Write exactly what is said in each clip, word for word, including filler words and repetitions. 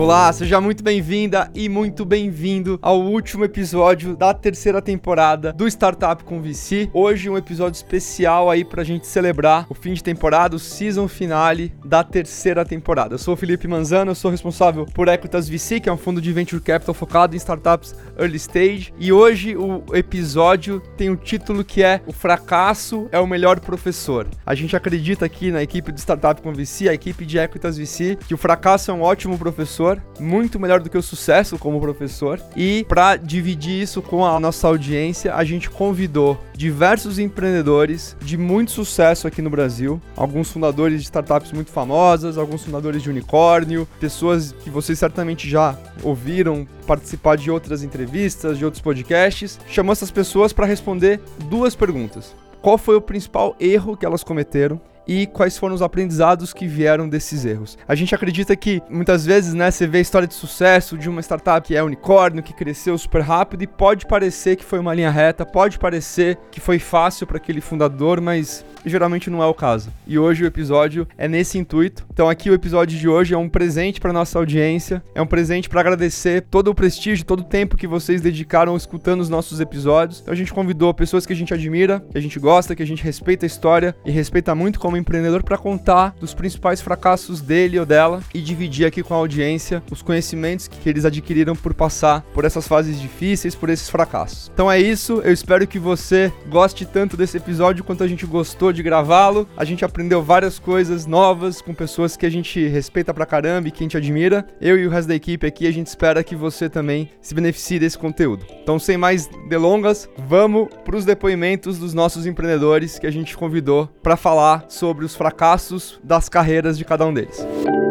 Olá, seja muito bem-vinda e muito bem-vindo ao último episódio da terceira temporada do Startup com V C. Hoje um episódio especial aí pra gente celebrar o fim de temporada, o season finale da terceira temporada. Eu sou o Felipe Manzano, eu sou responsável por Equitas V C, que é um fundo de Venture Capital focado em startups early stage. E hoje o episódio tem um título que é O Fracasso é o Melhor Professor. A gente acredita aqui na equipe do Startup com V C, a equipe de Equitas V C, que o fracasso é um ótimo professor, muito melhor do que o sucesso como professor. E para dividir isso com a nossa audiência, a gente convidou diversos empreendedores de muito sucesso aqui no Brasil, alguns fundadores de startups muito famosas, alguns fundadores de unicórnio, pessoas que vocês certamente já ouviram participar de outras entrevistas, de outros podcasts. Chamou essas pessoas para responder duas perguntas: qual foi o principal erro que elas cometeram e quais foram os aprendizados que vieram desses erros. A gente acredita que muitas vezes, né, você vê a história de sucesso de uma startup que é unicórnio, que cresceu super rápido, e pode parecer que foi uma linha reta, pode parecer que foi fácil para aquele fundador, mas geralmente não é o caso. E hoje o episódio é nesse intuito. Então aqui o episódio de hoje é um presente para nossa audiência, é um presente para agradecer todo o prestígio, todo o tempo que vocês dedicaram escutando os nossos episódios. Então a gente convidou pessoas que a gente admira, que a gente gosta, que a gente respeita a história e respeita muito como empreendedor, para contar dos principais fracassos dele ou dela e dividir aqui com a audiência os conhecimentos que eles adquiriram por passar por essas fases difíceis, por esses fracassos. Então é isso, eu espero que você goste tanto desse episódio quanto a gente gostou de gravá-lo. A gente aprendeu várias coisas novas com pessoas que a gente respeita pra caramba e que a gente admira. Eu e o resto da equipe aqui, a gente espera que você também se beneficie desse conteúdo. Então, sem mais delongas, vamos pros depoimentos dos nossos empreendedores que a gente convidou para falar sobre sobre os fracassos das carreiras de cada um deles.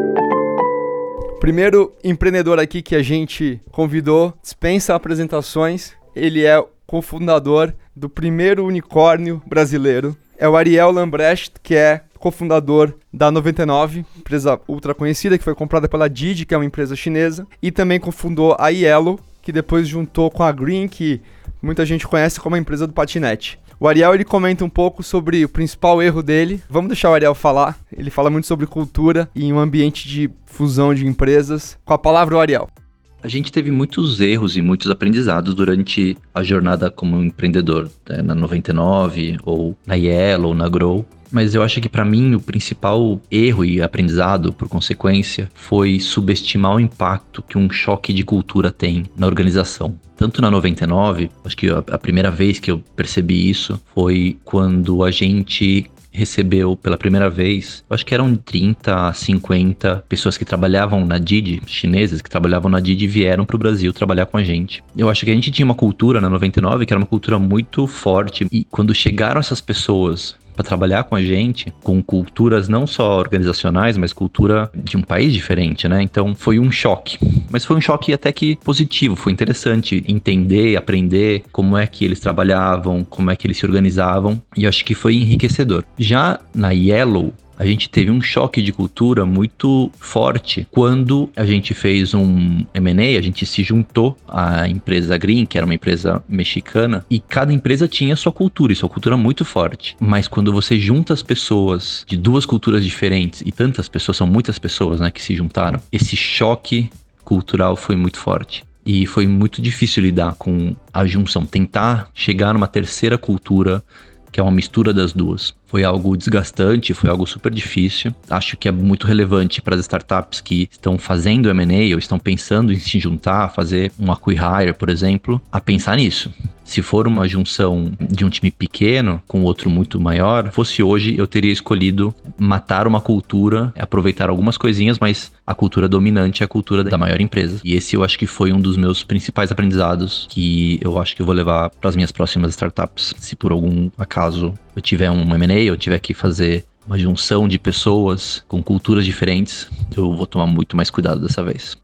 Primeiro empreendedor aqui que a gente convidou, dispensa apresentações, ele é cofundador do primeiro unicórnio brasileiro, é o Ariel Lambrecht, que é cofundador da noventa e nove, empresa ultra conhecida, que foi comprada pela Didi, que é uma empresa chinesa, e também cofundou a Yellow, que depois juntou com a Green, que muita gente conhece como a empresa do patinete. O Ariel, ele comenta um pouco sobre o principal erro dele. Vamos deixar o Ariel falar. Ele fala muito sobre cultura e um ambiente de fusão de empresas. Com a palavra, o Ariel. A gente teve muitos erros e muitos aprendizados durante a jornada como empreendedor, né, na noventa e nove, ou na Yellow, ou na Grow. Mas eu acho que para mim o principal erro e aprendizado, por consequência, foi subestimar o impacto que um choque de cultura tem na organização. Tanto na noventa e nove, acho que a primeira vez que eu percebi isso foi quando a gente recebeu pela primeira vez, acho que eram trinta, cinquenta pessoas que trabalhavam na Didi, chineses que trabalhavam na Didi, vieram para o Brasil trabalhar com a gente. Eu acho que a gente tinha uma cultura na noventa e nove que era uma cultura muito forte, e quando chegaram essas pessoas para trabalhar com a gente, com culturas não só organizacionais, mas cultura de um país diferente, né? Então foi um choque, mas foi um choque até que positivo, foi interessante entender, aprender como é que eles trabalhavam, como é que eles se organizavam, e eu acho que foi enriquecedor. Já na Yellow, a gente teve um choque de cultura muito forte quando a gente fez um M and A, a gente se juntou à empresa Green, que era uma empresa mexicana, e cada empresa tinha sua cultura, e sua cultura muito forte. Mas quando você junta as pessoas de duas culturas diferentes, e tantas pessoas, são muitas pessoas, né, que se juntaram, esse choque cultural foi muito forte. E foi muito difícil lidar com a junção, tentar chegar numa terceira cultura, que é uma mistura das duas. Foi algo desgastante, foi algo super difícil. Acho que é muito relevante para as startups que estão fazendo M and A ou estão pensando em se juntar, fazer um acqui-hire, por exemplo, a pensar nisso. Se for uma junção de um time pequeno com outro muito maior, fosse hoje, eu teria escolhido matar uma cultura, aproveitar algumas coisinhas, mas a cultura dominante é a cultura da maior empresa. E esse eu acho que foi um dos meus principais aprendizados que eu acho que eu vou levar para as minhas próximas startups. Se por algum acaso eu tiver um M and A, eu tiver que fazer uma junção de pessoas com culturas diferentes, eu vou tomar muito mais cuidado dessa vez.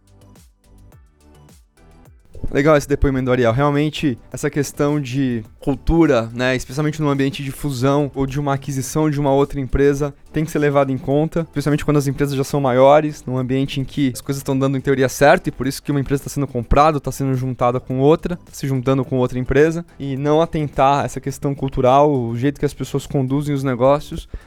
Legal esse depoimento do Ariel. Realmente, essa questão de cultura, né, especialmente num ambiente de fusão ou de uma aquisição de uma outra empresa, tem que ser levado em conta, especialmente quando as empresas já são maiores, num ambiente em que as coisas estão dando em teoria certo, e por isso que uma empresa está sendo comprada, está sendo juntada com outra, se juntando com outra empresa, e não atentar essa questão cultural, o jeito que as pessoas conduzem os negócios,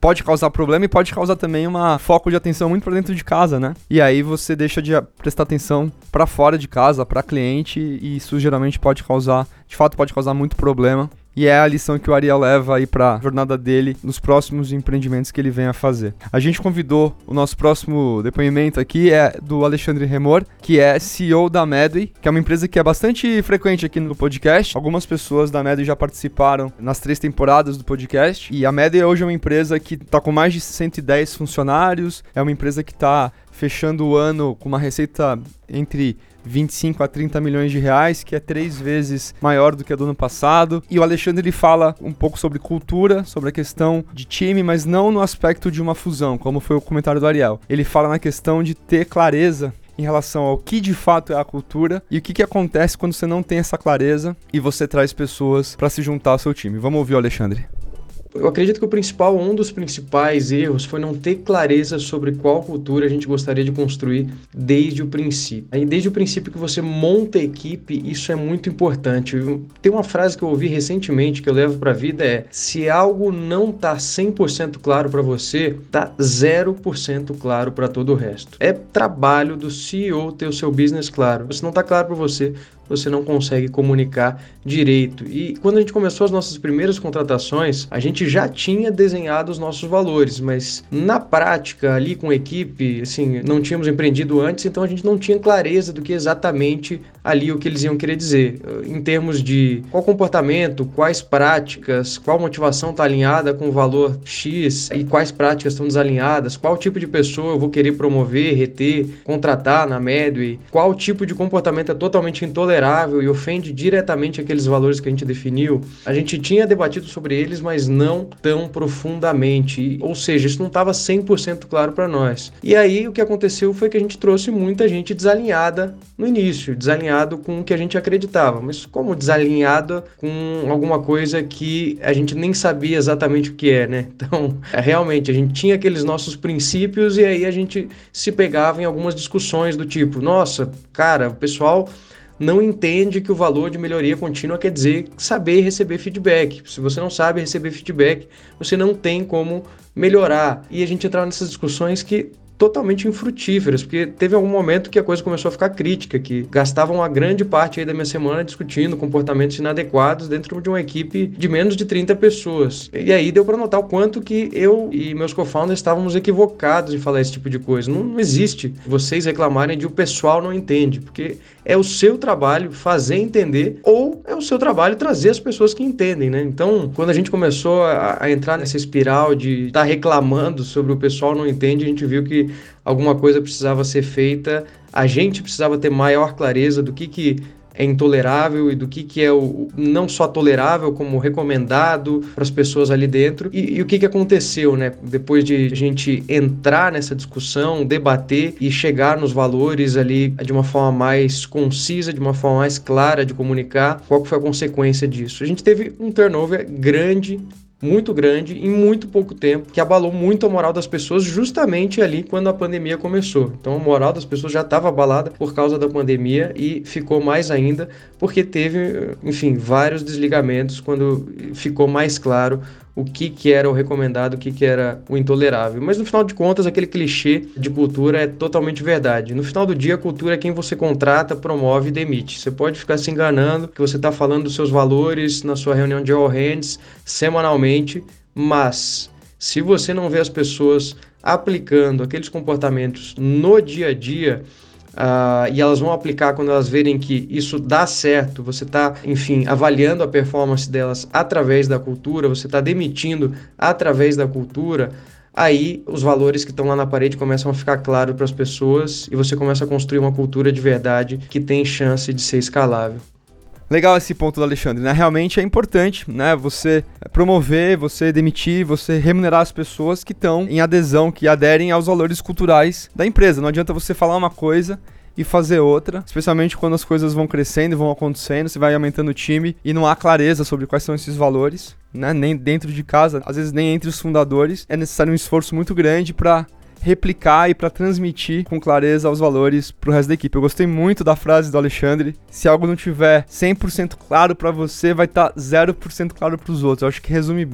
pode causar problema e pode causar também uma foco de atenção muito para dentro de casa, né? E aí você deixa de prestar atenção para fora de casa, para cliente, e isso geralmente pode causar, de fato pode causar muito problema. E é a lição que o Ariel leva aí para a jornada dele nos próximos empreendimentos que ele vem a fazer. A gente convidou, o nosso próximo depoimento aqui é do Alexandre Remor, que é C E O da Medway, que é uma empresa que é bastante frequente aqui no podcast. Algumas pessoas da Medway já participaram nas três temporadas do podcast. E a Medway hoje é uma empresa que está com mais de cento e dez funcionários, é uma empresa que está fechando o ano com uma receita entre vinte e cinco a trinta milhões de reais, que é três vezes maior do que a do ano passado. E o Alexandre ele fala um pouco sobre cultura, sobre a questão de time, mas não no aspecto de uma fusão, como foi o comentário do Ariel. Ele fala na questão de ter clareza em relação ao que de fato é a cultura e o que, que acontece quando você não tem essa clareza e você traz pessoas para se juntar ao seu time. Vamos ouvir o Alexandre. Eu acredito que o principal, um dos principais erros foi não ter clareza sobre qual cultura a gente gostaria de construir desde o princípio. Aí, desde o princípio que você monta a equipe, isso é muito importante. Tem uma frase que eu ouvi recentemente que eu levo para a vida é: se algo não está cem por cento claro para você, está zero por cento claro para todo o resto. É trabalho do C E O ter o seu business claro. Se não está claro para você, você não consegue comunicar direito. E quando a gente começou as nossas primeiras contratações, a gente já tinha desenhado os nossos valores, mas na prática, ali com a equipe, assim, não tínhamos empreendido antes, então a gente não tinha clareza do que exatamente ali o que eles iam querer dizer. Em termos de qual comportamento, quais práticas, qual motivação está alinhada com o valor X e quais práticas estão desalinhadas, qual tipo de pessoa eu vou querer promover, reter, contratar na Medway, qual tipo de comportamento é totalmente intolerável e ofende diretamente aqueles valores que a gente definiu. A gente tinha debatido sobre eles, mas não tão profundamente, ou seja, isso não estava cem por cento claro para nós. E aí o que aconteceu foi que a gente trouxe muita gente desalinhada no início, desalinhado com o que a gente acreditava, mas como desalinhada com alguma coisa que a gente nem sabia exatamente o que é, né? Então, realmente, a gente tinha aqueles nossos princípios e aí a gente se pegava em algumas discussões do tipo, nossa, cara, o pessoal não entende que o valor de melhoria contínua quer dizer saber receber feedback. Se você não sabe receber feedback, você não tem como melhorar. E a gente entrava nessas discussões que totalmente infrutíferas, porque teve algum momento que a coisa começou a ficar crítica, que gastavam uma grande parte aí da minha semana discutindo comportamentos inadequados dentro de uma equipe de menos de trinta pessoas. E aí deu para notar o quanto que eu e meus co-founders estávamos equivocados em falar esse tipo de coisa. Não, não existe vocês reclamarem de o pessoal não entende, porque é o seu trabalho fazer entender ou é o seu trabalho trazer as pessoas que entendem, né? Então, quando a gente começou a, a entrar nessa espiral de estar tá reclamando sobre o pessoal não entende, a gente viu que alguma coisa precisava ser feita, a gente precisava ter maior clareza do que, que é intolerável e do que, que é o não só tolerável, como recomendado para as pessoas ali dentro. E, e o que, que aconteceu, né? Depois de a gente entrar nessa discussão, debater e chegar nos valores ali de uma forma mais concisa, de uma forma mais clara de comunicar, qual que foi a consequência disso? A gente teve um turnover grande, muito grande, em muito pouco tempo, que abalou muito a moral das pessoas justamente ali quando a pandemia começou. Então a moral das pessoas já estava abalada por causa da pandemia e ficou mais ainda porque teve, enfim, vários desligamentos quando ficou mais claro o que, que era o recomendado, o que, que era o intolerável. Mas no final de contas, aquele clichê de cultura é totalmente verdade. No final do dia, a cultura é quem você contrata, promove e demite. Você pode ficar se enganando que você está falando dos seus valores na sua reunião de all hands semanalmente, mas se você não vê as pessoas aplicando aqueles comportamentos no dia a dia, Uh, e elas vão aplicar quando elas verem que isso dá certo, você está, enfim, avaliando a performance delas através da cultura, você está demitindo através da cultura, aí os valores que estão lá na parede começam a ficar claros para as pessoas e você começa a construir uma cultura de verdade que tem chance de ser escalável. Legal esse ponto do Alexandre, né? Realmente é importante, né? Você promover, você demitir, você remunerar as pessoas que estão em adesão, que aderem aos valores culturais da empresa. Não adianta você falar uma coisa e fazer outra, especialmente quando as coisas vão crescendo e vão acontecendo, você vai aumentando o time e não há clareza sobre quais são esses valores, né? Nem dentro de casa, às vezes nem entre os fundadores. É necessário um esforço muito grande para replicar e para transmitir com clareza os valores para o resto da equipe. Eu gostei muito da frase do Alexandre: se algo não tiver cem por cento claro para você, vai estar zero por cento claro para os outros. Eu acho que resume bem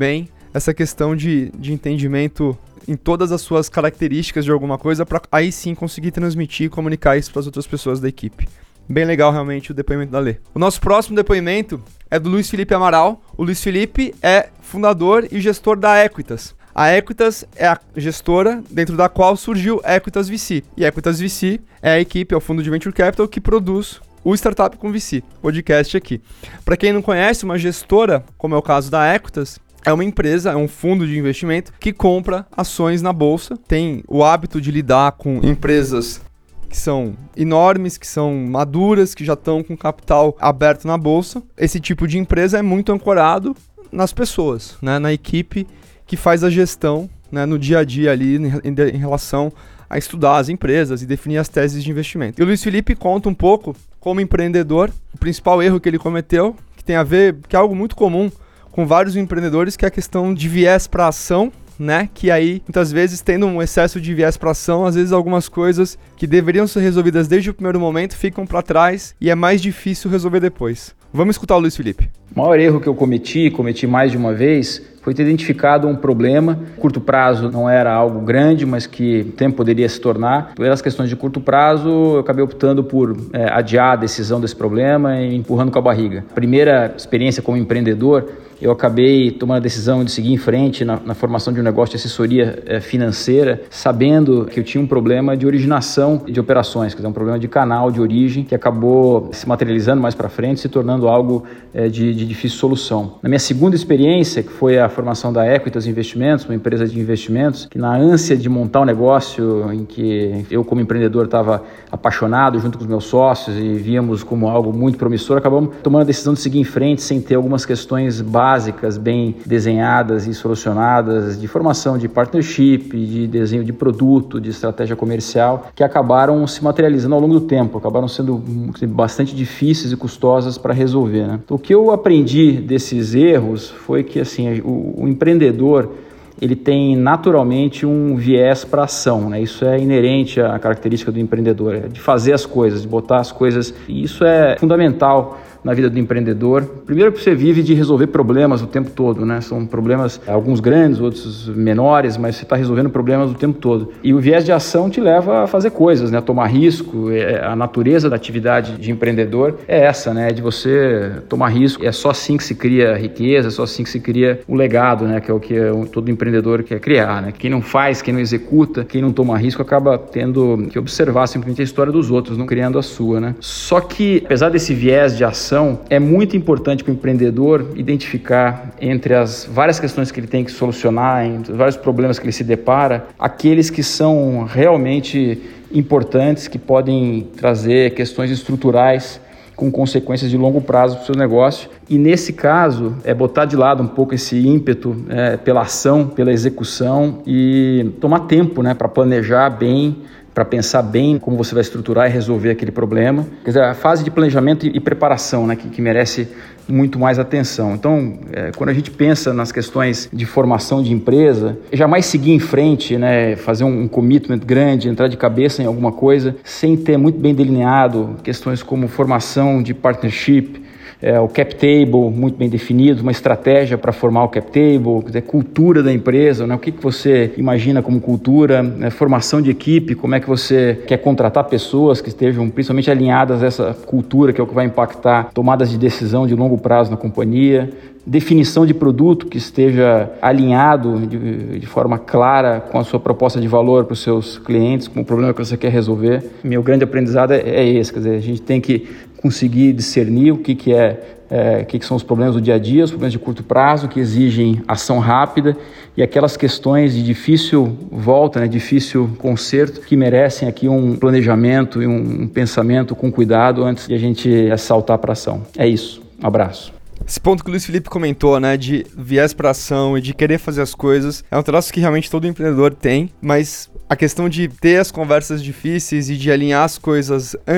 essa questão de, de entendimento em todas as suas características de alguma coisa, para aí sim conseguir transmitir e comunicar isso para as outras pessoas da equipe. Bem legal realmente o depoimento da Lê. O nosso próximo depoimento é do Luiz Felipe Amaral. O Luiz Felipe é fundador e gestor da Equitas. A Equitas é a gestora dentro da qual surgiu Equitas V C. E Equitas V C é a equipe, é o fundo de Venture Capital que produz o Startup com V C, podcast aqui. Para quem não conhece, uma gestora, como é o caso da Equitas, é uma empresa, é um fundo de investimento que compra ações na bolsa, tem o hábito de lidar com empresas que são enormes, que são maduras, que já estão com capital aberto na bolsa. Esse tipo de empresa é muito ancorado nas pessoas, né, na equipe que faz a gestão, né, no dia a dia ali em, em relação a estudar as empresas e definir as teses de investimento. E o Luiz Felipe conta um pouco, como empreendedor, o principal erro que ele cometeu, que tem a ver, que é algo muito comum com vários empreendedores, que é a questão de viés para ação, né? Que aí, muitas vezes, tendo um excesso de viés para ação, às vezes algumas coisas que deveriam ser resolvidas desde o primeiro momento ficam para trás e é mais difícil resolver depois. Vamos escutar o Luiz Felipe. O maior erro que eu cometi, cometi mais de uma vez, foi ter identificado um problema. Curto prazo não era algo grande, mas que o tempo poderia se tornar. Pelas questões de curto prazo, eu acabei optando por é, adiar a decisão desse problema e empurrando com a barriga. Primeira experiência como empreendedor, eu acabei tomando a decisão de seguir em frente na, na formação de um negócio de assessoria é, financeira, sabendo que eu tinha um problema de originação de operações, quer dizer, um problema de canal de origem que acabou se materializando mais para frente, se tornando algo é, de, de difícil solução. Na minha segunda experiência, que foi a formação da Equitas Investimentos, uma empresa de investimentos, que na ânsia de montar um negócio em que eu como empreendedor estava apaixonado junto com os meus sócios e víamos como algo muito promissor, acabamos tomando a decisão de seguir em frente sem ter algumas questões básicas básicas, bem desenhadas e solucionadas, de formação de partnership, de desenho de produto, de estratégia comercial, que acabaram se materializando ao longo do tempo, acabaram sendo bastante difíceis e custosas para resolver, né? Então, o que eu aprendi desses erros foi que assim, o, o empreendedor ele tem naturalmente um viés para ação, né? Isso é inerente à característica do empreendedor, é de fazer as coisas, de botar as coisas, e isso é fundamental na vida do empreendedor. Primeiro, que você vive de resolver problemas o tempo todo, né? São problemas, alguns grandes, outros menores, mas você está resolvendo problemas o tempo todo. E o viés de ação te leva a fazer coisas, né? A tomar risco. A natureza da atividade de empreendedor é essa, né? De você tomar risco. É só assim que se cria riqueza, é só assim que se cria o legado, né? Que é o que todo empreendedor quer criar, né? Quem não faz, quem não executa, quem não toma risco acaba tendo que observar simplesmente a história dos outros, não criando a sua, né? Só que, apesar desse viés de ação, é muito importante para o empreendedor identificar entre as várias questões que ele tem que solucionar, entre os vários problemas que ele se depara, aqueles que são realmente importantes, que podem trazer questões estruturais com consequências de longo prazo para o seu negócio. E nesse caso, é botar de lado um pouco esse ímpeto é, pela ação, pela execução e tomar tempo, né, para planejar bem, para pensar bem como você vai estruturar e resolver aquele problema. Quer dizer, a fase de planejamento e preparação, né, que, que merece muito mais atenção. Então, é, quando a gente pensa nas questões de formação de empresa, jamais seguir em frente, né, fazer um, um commitment grande, entrar de cabeça em alguma coisa, sem ter muito bem delineado questões como formação de partnership, É, o cap table muito bem definido, uma estratégia para formar o cap table, quer dizer, cultura da empresa, né? O que, que você imagina como cultura, né? Formação de equipe, como é que você quer contratar pessoas que estejam principalmente alinhadas a essa cultura, que é o que vai impactar tomadas de decisão de longo prazo na companhia, definição de produto que esteja alinhado de, de forma clara com a sua proposta de valor para os seus clientes, com o problema que você quer resolver. Meu grande aprendizado é, é esse, quer dizer, a gente tem que conseguir discernir o que, que, é, é, o que, que são os problemas do dia a dia, os problemas de curto prazo, que exigem ação rápida, e aquelas questões de difícil volta, né, difícil conserto, que merecem aqui um planejamento e um, um pensamento com cuidado antes de a gente saltar para a ação. É isso. Um abraço. Esse ponto que o Luiz Felipe comentou, né, de viés para ação e de querer fazer as coisas, é um traço que realmente todo empreendedor tem, mas a questão de ter as conversas difíceis e de alinhar as coisas antes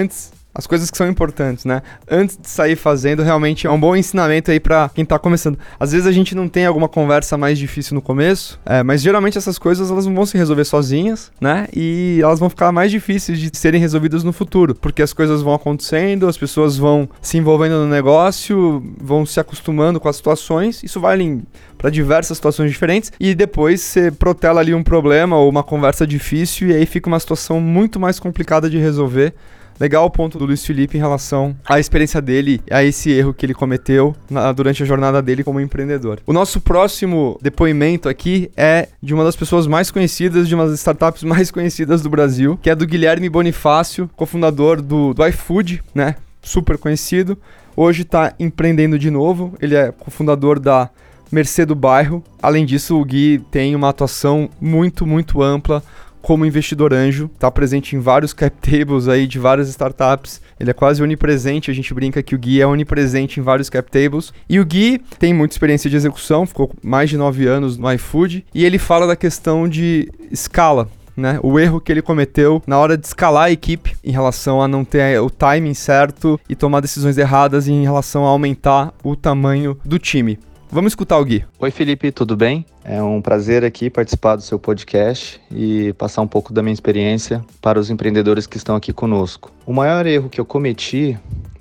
as coisas que são importantes, né? Antes de sair fazendo, realmente é um bom ensinamento aí pra quem tá começando. Às vezes a gente não tem alguma conversa mais difícil no começo, é, mas geralmente essas coisas elas não vão se resolver sozinhas, né? E elas vão ficar mais difíceis de serem resolvidas no futuro, porque as coisas vão acontecendo, as pessoas vão se envolvendo no negócio, vão se acostumando com as situações, isso vale para diversas situações diferentes, e depois você protela ali um problema ou uma conversa difícil, e aí fica uma situação muito mais complicada de resolver. Legal o ponto do Luiz Felipe em relação à experiência dele, a esse erro que ele cometeu na, durante a jornada dele como empreendedor. O nosso próximo depoimento aqui é de uma das pessoas mais conhecidas, de uma das startups mais conhecidas do Brasil, que é do Guilherme Bonifácio, cofundador do, do iFood, né? Super conhecido. Hoje está empreendendo de novo. Ele é cofundador da Mercê do Bairro. Além disso, o Gui tem uma atuação muito, muito ampla como investidor anjo, está presente em vários cap tables aí de várias startups. Ele é quase onipresente, a gente brinca que o Gui é onipresente em vários cap tables. E o Gui tem muita experiência de execução, ficou mais de nove anos no iFood, e ele fala da questão de escala, né? O erro que ele cometeu na hora de escalar a equipe em relação a não ter o timing certo e tomar decisões erradas em relação a aumentar o tamanho do time. Vamos escutar o Gui. Oi Felipe, tudo bem? É um prazer aqui participar do seu podcast e passar um pouco da minha experiência para os empreendedores que estão aqui conosco. O maior erro que eu cometi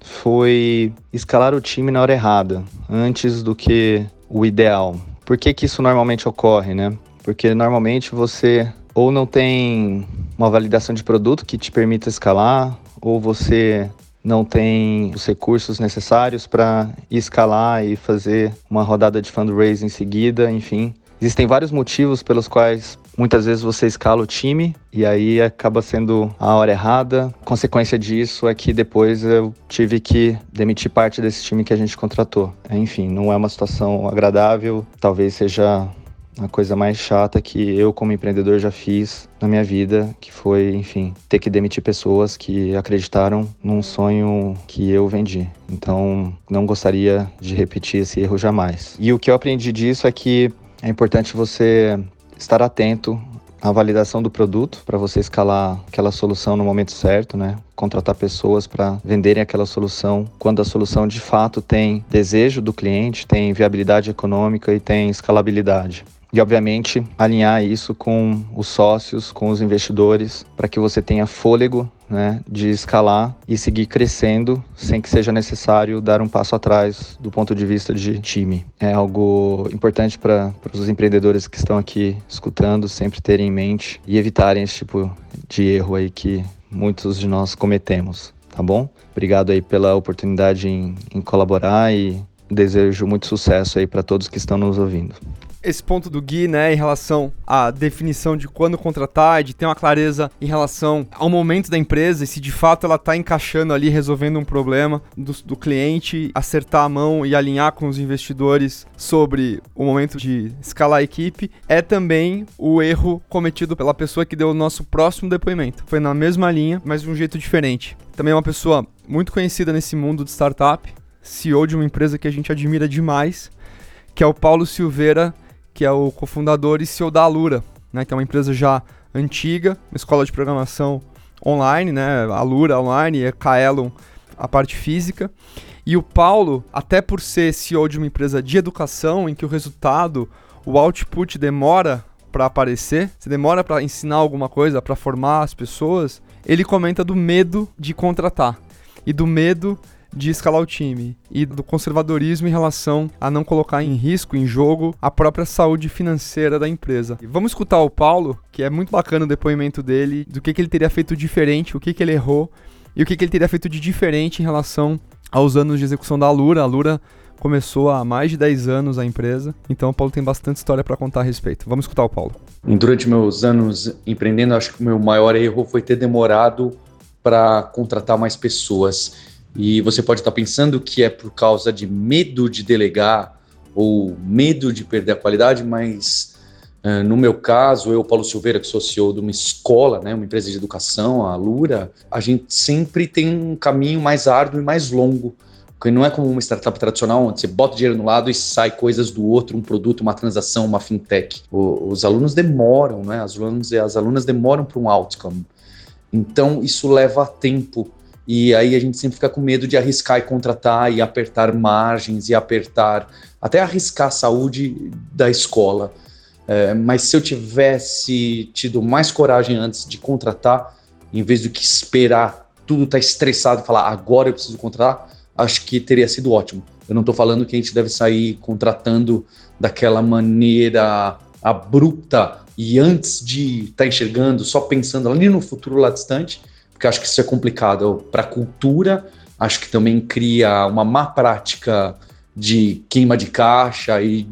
foi escalar o time na hora errada, antes do que o ideal. Por que que isso normalmente ocorre, né? Porque normalmente você ou não tem uma validação de produto que te permita escalar, ou você não tem os recursos necessários para escalar e fazer uma rodada de fundraising em seguida, enfim. Existem vários motivos pelos quais muitas vezes você escala o time e aí acaba sendo a hora errada. A consequência disso é que depois eu tive que demitir parte desse time que a gente contratou. Enfim, não é uma situação agradável, talvez seja a coisa mais chata que eu como empreendedor já fiz na minha vida, que foi, enfim, ter que demitir pessoas que acreditaram num sonho que eu vendi. Então, não gostaria de repetir esse erro jamais. E o que eu aprendi disso é que é importante você estar atento à validação do produto para você escalar aquela solução no momento certo, né? Contratar pessoas para venderem aquela solução quando a solução de fato tem desejo do cliente, tem viabilidade econômica e tem escalabilidade. E, obviamente, alinhar isso com os sócios, com os investidores, para que você tenha fôlego, né, de escalar e seguir crescendo sem que seja necessário dar um passo atrás do ponto de vista de time. É algo importante para os empreendedores que estão aqui escutando sempre terem em mente e evitarem esse tipo de erro aí que muitos de nós cometemos, tá bom? Obrigado aí pela oportunidade em, em colaborar e desejo muito sucesso aí para todos que estão nos ouvindo. Esse ponto do Gui, né, em relação à definição de quando contratar, de ter uma clareza em relação ao momento da empresa e se de fato ela está encaixando ali, resolvendo um problema do, do cliente, acertar a mão e alinhar com os investidores sobre o momento de escalar a equipe, é também o erro cometido pela pessoa que deu o nosso próximo depoimento. Foi na mesma linha, mas de um jeito diferente. Também é uma pessoa muito conhecida nesse mundo de startup, C E O de uma empresa que a gente admira demais, que é o Paulo Silveira, que é o cofundador e C E O da Alura, né, que é uma empresa já antiga, uma escola de programação online, né, Alura online e a Kaelon, a parte física. E o Paulo, até por ser C E O de uma empresa de educação, em que o resultado, o output demora para aparecer, você demora para ensinar alguma coisa, para formar as pessoas, ele comenta do medo de contratar e do medo de escalar o time e do conservadorismo em relação a não colocar em risco, em jogo, a própria saúde financeira da empresa. E vamos escutar o Paulo, que é muito bacana o depoimento dele, do que, que ele teria feito diferente, o que, que ele errou e o que, que ele teria feito de diferente em relação aos anos de execução da Alura. A Alura começou há mais de dez anos a empresa, então o Paulo tem bastante história para contar a respeito. Vamos escutar o Paulo. Durante meus anos empreendendo, acho que o meu maior erro foi ter demorado para contratar mais pessoas. E você pode estar pensando que é por causa de medo de delegar ou medo de perder a qualidade, mas uh, no meu caso, eu, Paulo Silveira, que sou C E O de uma escola, né, uma empresa de educação, a Alura, a gente sempre tem um caminho mais árduo e mais longo, porque não é como uma startup tradicional, onde você bota dinheiro no lado e sai coisas do outro, um produto, uma transação, uma fintech. O, os alunos demoram, né, as alunos e as alunas demoram para um outcome. Então, isso leva tempo. e aí a gente sempre fica com medo de arriscar e contratar e apertar margens e apertar, até arriscar a saúde da escola. É, mas se eu tivesse tido mais coragem antes de contratar, em vez do que esperar tudo tá estressado e falar agora eu preciso contratar, acho que teria sido ótimo. Eu não estou falando que a gente deve sair contratando daquela maneira abrupta e antes de estar tá enxergando, só pensando ali no futuro lá distante, porque acho que isso é complicado para a cultura, acho que também cria uma má prática de queima de caixa e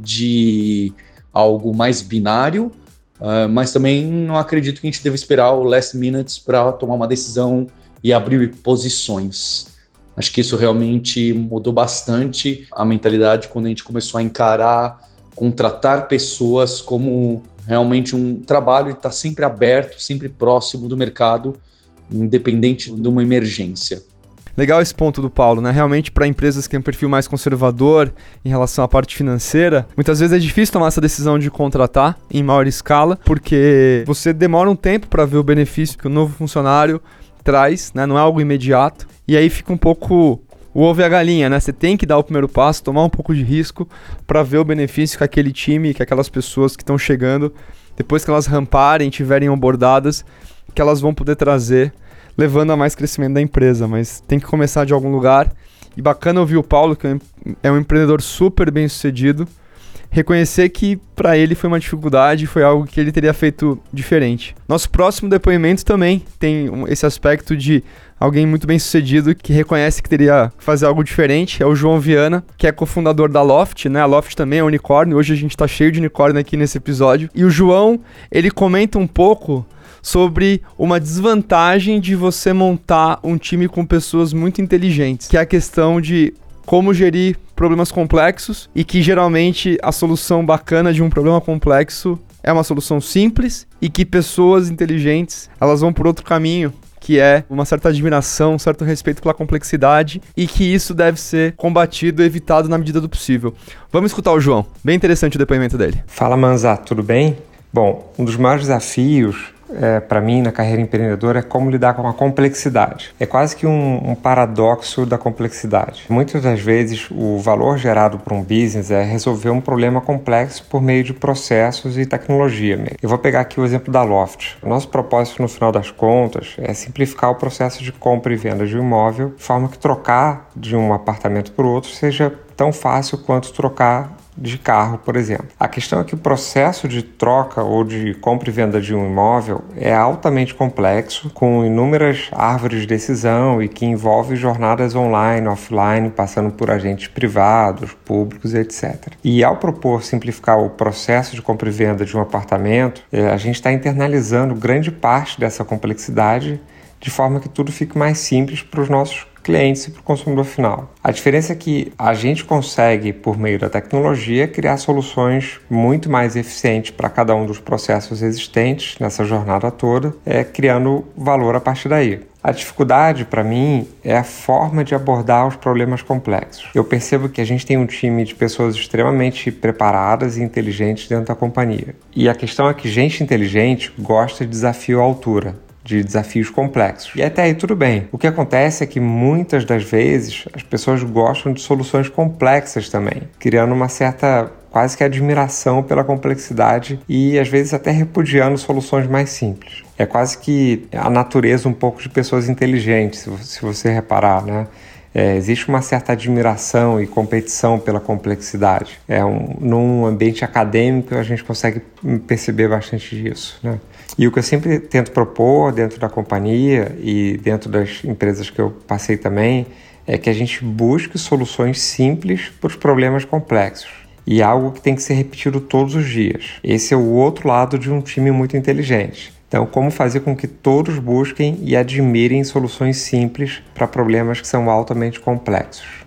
de algo mais binário, uh, mas também não acredito que a gente deve esperar o last minute para tomar uma decisão e abrir posições. Acho que isso realmente mudou bastante a mentalidade quando a gente começou a encarar, contratar pessoas como realmente um trabalho e estar sempre aberto, sempre próximo do mercado, independente de uma emergência. Legal esse ponto do Paulo, né? Realmente, para empresas que têm um perfil mais conservador em relação à parte financeira, muitas vezes é difícil tomar essa decisão de contratar em maior escala, porque você demora um tempo para ver o benefício que o novo funcionário traz, né? Não é algo imediato. E aí fica um pouco o ovo e a galinha, né? Você tem que dar o primeiro passo, tomar um pouco de risco para ver o benefício que aquele time, que aquelas pessoas que estão chegando, depois que elas ramparem, tiverem onboardadas, que elas vão poder trazer, levando a mais crescimento da empresa. Mas tem que começar de algum lugar. E bacana ouvir o Paulo, que é um empreendedor super bem sucedido, reconhecer que para ele foi uma dificuldade, foi algo que ele teria feito diferente. Nosso próximo depoimento também tem esse aspecto de alguém muito bem sucedido que reconhece que teria que fazer algo diferente. É o João Viana, que é cofundador da Loft, né? A Loft também é unicórnio, hoje a gente tá cheio de unicórnio aqui nesse episódio. E o João, ele comenta um pouco sobre uma desvantagem de você montar um time com pessoas muito inteligentes, que é a questão de como gerir problemas complexos, e que geralmente a solução bacana de um problema complexo é uma solução simples, e que pessoas inteligentes, elas vão por outro caminho, que é uma certa admiração, um certo respeito pela complexidade, e que isso deve ser combatido e evitado na medida do possível. Vamos escutar o João, bem interessante o depoimento dele. Fala, Manzá, tudo bem? Bom, um dos maiores desafios É, para mim, na carreira empreendedora, é como lidar com a complexidade. É quase que um, um paradoxo da complexidade. Muitas das vezes, o valor gerado por um business é resolver um problema complexo por meio de processos e tecnologia mesmo. Eu vou pegar aqui o exemplo da Loft. O nosso propósito, no final das contas, é simplificar o processo de compra e venda de um imóvel, de forma que trocar de um apartamento por outro seja tão fácil quanto trocar de carro, por exemplo. A questão é que o processo de troca ou de compra e venda de um imóvel é altamente complexo, com inúmeras árvores de decisão e que envolve jornadas online, offline, passando por agentes privados, públicos, etcétera. E ao propor simplificar o processo de compra e venda de um apartamento, a gente está internalizando grande parte dessa complexidade de forma que tudo fique mais simples para os nossos clientes e para o consumidor final. A diferença é que a gente consegue, por meio da tecnologia, criar soluções muito mais eficientes para cada um dos processos existentes nessa jornada toda, é, criando valor a partir daí. A dificuldade, para mim, é a forma de abordar os problemas complexos. Eu percebo que a gente tem um time de pessoas extremamente preparadas e inteligentes dentro da companhia. E a questão é que gente inteligente gosta de desafio à altura, de desafios complexos. E até aí tudo bem. O que acontece é que muitas das vezes as pessoas gostam de soluções complexas também, criando uma certa quase que admiração pela complexidade e às vezes até repudiando soluções mais simples. É quase que a natureza um pouco de pessoas inteligentes, se você reparar, né? É, existe uma certa admiração e competição pela complexidade. É um, num ambiente acadêmico a gente consegue perceber bastante disso, né? E o que eu sempre tento propor dentro da companhia e dentro das empresas que eu passei também é que a gente busque soluções simples para os problemas complexos. E algo que tem que ser repetido todos os dias. Esse é o outro lado de um time muito inteligente. Então, como fazer com que todos busquem e admirem soluções simples para problemas que são altamente complexos?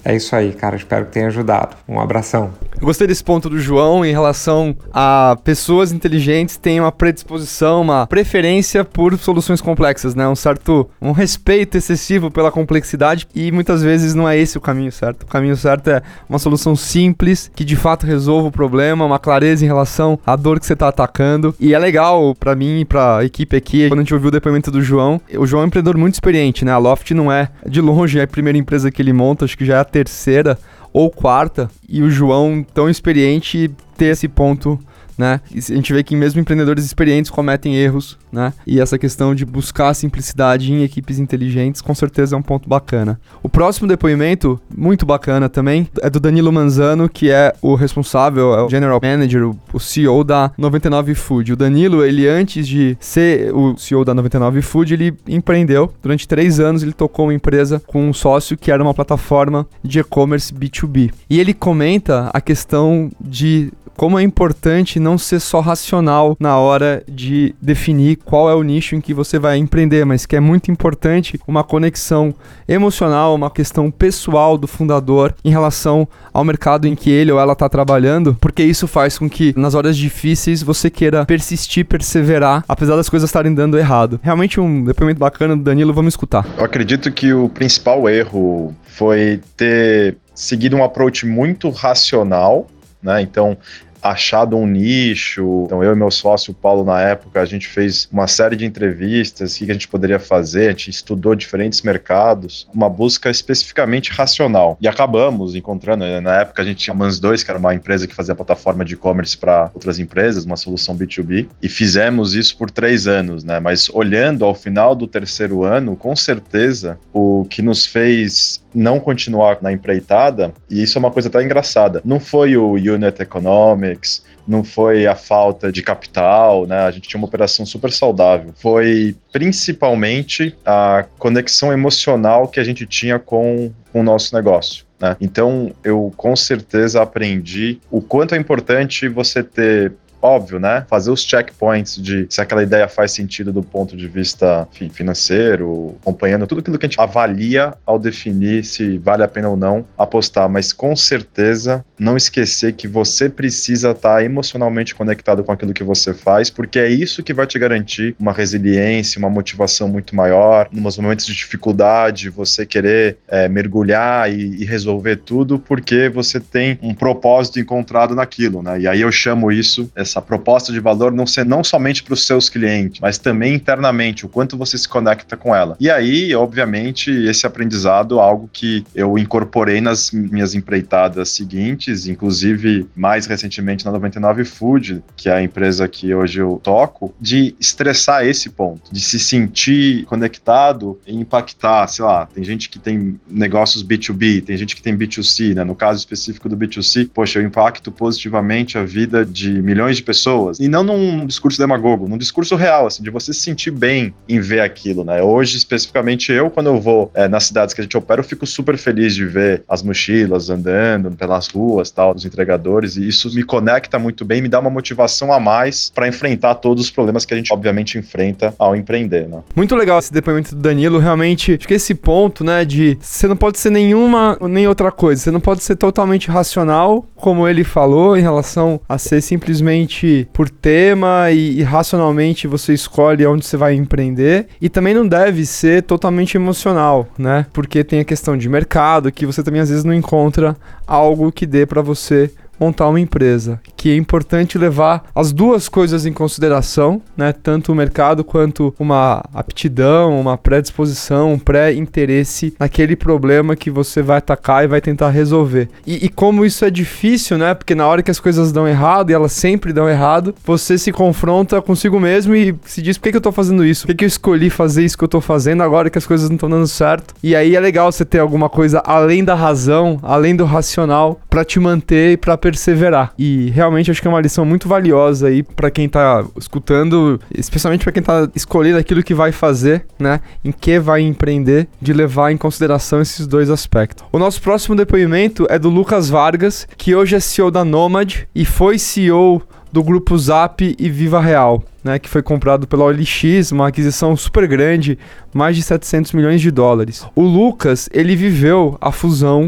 É isso aí, cara. Espero que tenha ajudado. Um abração. Eu gostei desse ponto do João em relação a pessoas inteligentes têm uma predisposição, uma preferência por soluções complexas, né? Um certo, um respeito excessivo pela complexidade e muitas vezes não é esse o caminho certo. O caminho certo é uma solução simples, que de fato resolva o problema, uma clareza em relação à dor que você está atacando. E é legal pra mim e pra equipe aqui, quando a gente ouviu o depoimento do João, o João é um empreendedor muito experiente, né? A Loft não é, de longe, a primeira empresa que ele monta, acho que já é a terceira ou quarta, e o João, tão experiente, ter esse ponto, né? E a gente vê que mesmo empreendedores experientes cometem erros, né? E essa questão de buscar a simplicidade em equipes inteligentes, com certeza é um ponto bacana. O próximo depoimento, muito bacana também, é do Danilo Manzano, que é o responsável, é o General Manager, o, o C E O da noventa e nove Food. O Danilo, ele antes de ser o C E O da noventa e nove Food, ele empreendeu. Durante três anos, ele tocou uma empresa com um sócio que era uma plataforma de e-commerce B dois B. E ele comenta a questão de como é importante não ser só racional na hora de definir qual é o nicho em que você vai empreender, mas que é muito importante uma conexão emocional, uma questão pessoal do fundador em relação ao mercado em que ele ou ela está trabalhando, porque isso faz com que nas horas difíceis você queira persistir, perseverar, apesar das coisas estarem dando errado. Realmente um depoimento bacana do Danilo, vamos escutar. Eu acredito que o principal erro foi ter seguido um approach muito racional, né? Então, achado um nicho. Então, eu e meu sócio, o Paulo, na época, a gente fez uma série de entrevistas, o que a gente poderia fazer, a gente estudou diferentes mercados, uma busca especificamente racional. E acabamos encontrando, na época a gente tinha a Mans dois, que era uma empresa que fazia plataforma de e-commerce para outras empresas, uma solução B dois B, e fizemos isso por três anos, né? Mas olhando ao final do terceiro ano, com certeza, o que nos fez não continuar na empreitada, e isso é uma coisa até engraçada, não foi o unit economics, não foi a falta de capital, né? A gente tinha uma operação super saudável. Foi principalmente a conexão emocional que a gente tinha com, com o nosso negócio, né? Então, eu com certeza aprendi o quanto é importante você ter, óbvio, né? Fazer os checkpoints de se aquela ideia faz sentido do ponto de vista enfim, financeiro, acompanhando tudo aquilo que a gente avalia ao definir se vale a pena ou não apostar, mas com certeza não esquecer que você precisa estar emocionalmente conectado com aquilo que você faz, porque é isso que vai te garantir uma resiliência, uma motivação muito maior, nos momentos de dificuldade, você querer é, mergulhar e, e resolver tudo, porque você tem um propósito encontrado naquilo, né? E aí eu chamo isso, essa proposta de valor não ser não somente para os seus clientes, mas também internamente, o quanto você se conecta com ela. E aí, obviamente, esse aprendizado é algo que eu incorporei nas minhas empreitadas seguintes, inclusive mais recentemente na noventa e nove Food, que é a empresa que hoje eu toco, de estressar esse ponto, de se sentir conectado e impactar, sei lá, tem gente que tem negócios B dois B, tem gente que tem B dois C, né? No caso específico do B dois C, poxa, eu impacto positivamente a vida de milhões de pessoas, e não num discurso demagogo, num discurso real, assim, de você se sentir bem em ver aquilo, né? Hoje, especificamente eu, quando eu vou é, nas cidades que a gente opera, eu fico super feliz de ver as mochilas andando pelas ruas, tal, dos entregadores, e isso me conecta muito bem, me dá uma motivação a mais para enfrentar todos os problemas que a gente, obviamente, enfrenta ao empreender, né? Muito legal esse depoimento do Danilo, realmente, acho que esse ponto, né, de você não pode ser nenhuma nem outra coisa, você não pode ser totalmente racional, como ele falou, em relação a ser simplesmente por tema e, e racionalmente você escolhe onde você vai empreender, e também não deve ser totalmente emocional, né, porque tem a questão de mercado, que você também às vezes não encontra algo que dê para você montar uma empresa, que é importante levar as duas coisas em consideração, né? Tanto o mercado quanto uma aptidão, uma predisposição, um pré-interesse naquele problema que você vai atacar e vai tentar resolver. E, e como isso é difícil, né? Porque na hora que as coisas dão errado, e elas sempre dão errado, você se confronta consigo mesmo e se diz, por que, que eu tô fazendo isso? Por que, que eu escolhi fazer isso que eu tô fazendo agora que as coisas não estão dando certo? E aí é legal você ter alguma coisa além da razão, além do racional, pra te manter e pra perseverar. E realmente acho que é uma lição muito valiosa aí pra quem tá escutando, especialmente pra quem tá escolhendo aquilo que vai fazer, né? Em que vai empreender, de levar em consideração esses dois aspectos. O nosso próximo depoimento é do Lucas Vargas, que hoje é C E O da Nomad e foi C E O do grupo Zap e Viva Real, né, que foi comprado pela O L X, uma aquisição super grande, mais de setecentos milhões de dólares. O Lucas, ele viveu a fusão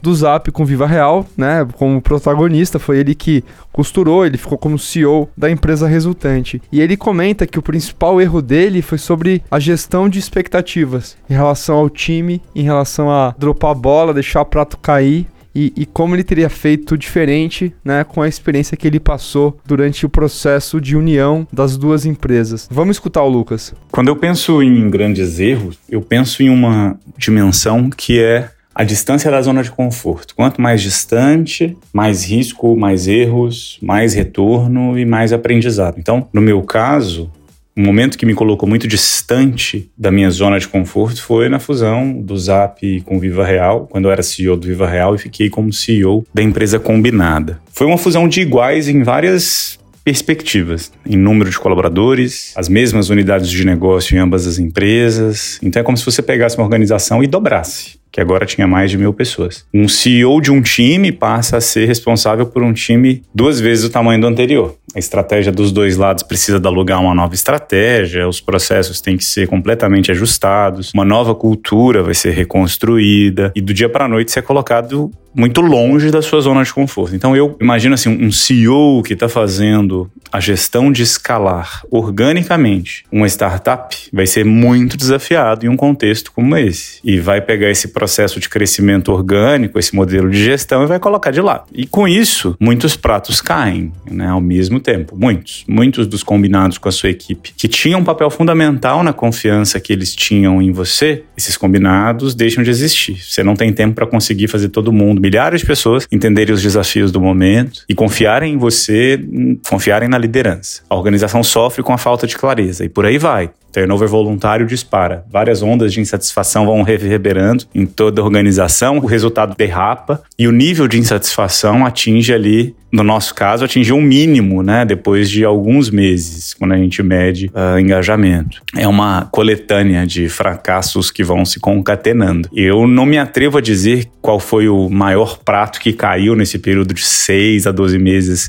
do Zap com Viva Real, né, como protagonista. Foi ele que costurou, ele ficou como C E O da empresa resultante. E ele comenta que o principal erro dele foi sobre a gestão de expectativas em relação ao time, em relação a dropar a bola, deixar o prato cair. E, e como ele teria feito diferente, né, com a experiência que ele passou durante o processo de união das duas empresas. Vamos escutar o Lucas. Quando eu penso em grandes erros, eu penso em uma dimensão que é a distância da zona de conforto. Quanto mais distante, mais risco, mais erros, mais retorno e mais aprendizado. Então, no meu caso, um momento que me colocou muito distante da minha zona de conforto foi na fusão do Zap com o Viva Real, quando eu era C E O do Viva Real e fiquei como C E O da empresa combinada. Foi uma fusão de iguais em várias perspectivas, em número de colaboradores, as mesmas unidades de negócio em ambas as empresas. Então é como se você pegasse uma organização e dobrasse, que agora tinha mais de mil pessoas. Um C E O de um time passa a ser responsável por um time duas vezes o tamanho do anterior. A estratégia dos dois lados precisa alugar uma nova estratégia, os processos têm que ser completamente ajustados, uma nova cultura vai ser reconstruída e do dia para a noite ser colocado muito longe da sua zona de conforto. Então eu imagino assim, um C E O que está fazendo a gestão de escalar organicamente uma startup vai ser muito desafiado em um contexto como esse e vai pegar esse processo de crescimento orgânico, esse modelo de gestão e vai colocar de lado. E com isso, muitos pratos caem, né, ao mesmo tempo. Muitos. Muitos dos combinados com a sua equipe que tinham um papel fundamental na confiança que eles tinham em você, esses combinados deixam de existir. Você não tem tempo para conseguir fazer todo mundo, milhares de pessoas, entenderem os desafios do momento e confiarem em você, confiarem na liderança. A organização sofre com a falta de clareza e por aí vai. Turnover voluntário dispara. Várias ondas de insatisfação vão reverberando em toda a organização, o resultado derrapa e o nível de insatisfação atinge ali, no nosso caso, atinge um mínimo, né, depois de alguns meses, quando a gente mede uh, engajamento. É uma coletânea de fracassos que vão se concatenando. Eu não me atrevo a dizer qual foi o maior prato que caiu nesse período de seis a doze meses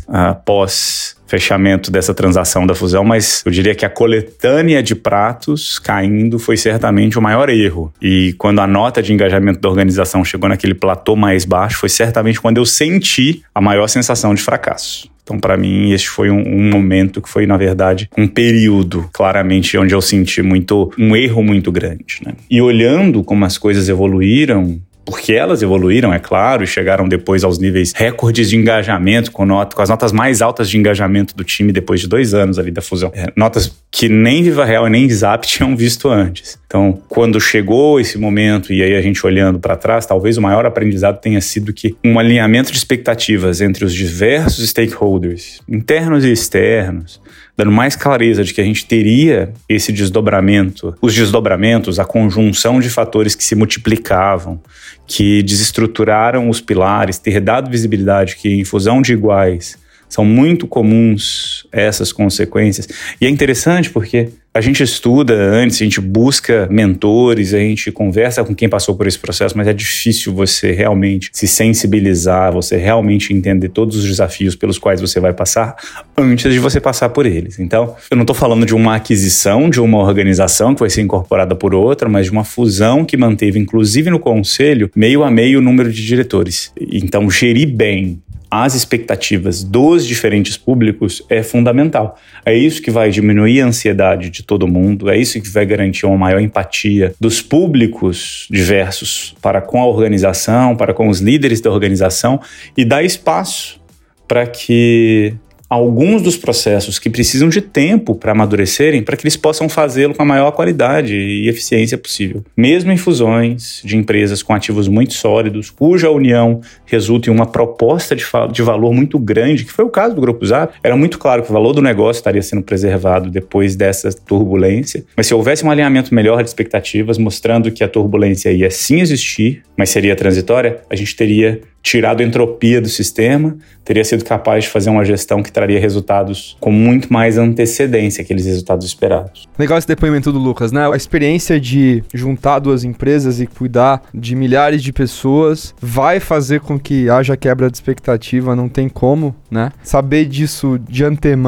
após uh, fechamento dessa transação da fusão, mas eu diria que a coletânea de pratos caindo foi certamente o maior erro. E quando a nota de engajamento da organização chegou naquele platô mais baixo, foi certamente quando eu senti a maior sensação de fracasso. Então, para mim, este foi um, um momento que foi, na verdade, um período, claramente, onde eu senti muito, um erro muito grande, né? E olhando como as coisas evoluíram, porque elas evoluíram, é claro, e chegaram depois aos níveis recordes de engajamento, com, nota, com as notas mais altas de engajamento do time depois de dois anos ali da fusão. É, notas que nem Viva Real e nem Zap tinham visto antes. Então, quando chegou esse momento, e aí a gente olhando para trás, talvez o maior aprendizado tenha sido que um alinhamento de expectativas entre os diversos stakeholders, internos e externos, dando mais clareza de que a gente teria esse desdobramento, os desdobramentos, a conjunção de fatores que se multiplicavam, que desestruturaram os pilares, ter dado visibilidade que em fusão de iguais são muito comuns essas consequências. E é interessante porque a gente estuda antes, a gente busca mentores, a gente conversa com quem passou por esse processo, mas é difícil você realmente se sensibilizar, você realmente entender todos os desafios pelos quais você vai passar antes de você passar por eles. Então, eu não estou falando de uma aquisição de uma organização que vai ser incorporada por outra, mas de uma fusão que manteve, inclusive no conselho, meio a meio o número de diretores. Então, gerir bem as expectativas dos diferentes públicos é fundamental. É isso que vai diminuir a ansiedade de todo mundo, é isso que vai garantir uma maior empatia dos públicos diversos para com a organização, para com os líderes da organização e dar espaço para que alguns dos processos que precisam de tempo para amadurecerem, para que eles possam fazê-lo com a maior qualidade e eficiência possível. Mesmo em fusões de empresas com ativos muito sólidos, cuja união resulta em uma proposta de, de valor muito grande, que foi o caso do Grupo Zap, era muito claro que o valor do negócio estaria sendo preservado depois dessa turbulência, mas se houvesse um alinhamento melhor de expectativas, mostrando que a turbulência ia sim existir, mas seria transitória, a gente teria tirado a entropia do sistema, teria sido capaz de fazer uma gestão que traria resultados com muito mais antecedência, aqueles resultados esperados. Legal esse depoimento do Lucas, né? A experiência de juntar duas empresas e cuidar de milhares de pessoas vai fazer com que haja quebra de expectativa, não tem como, né? Saber disso de antemão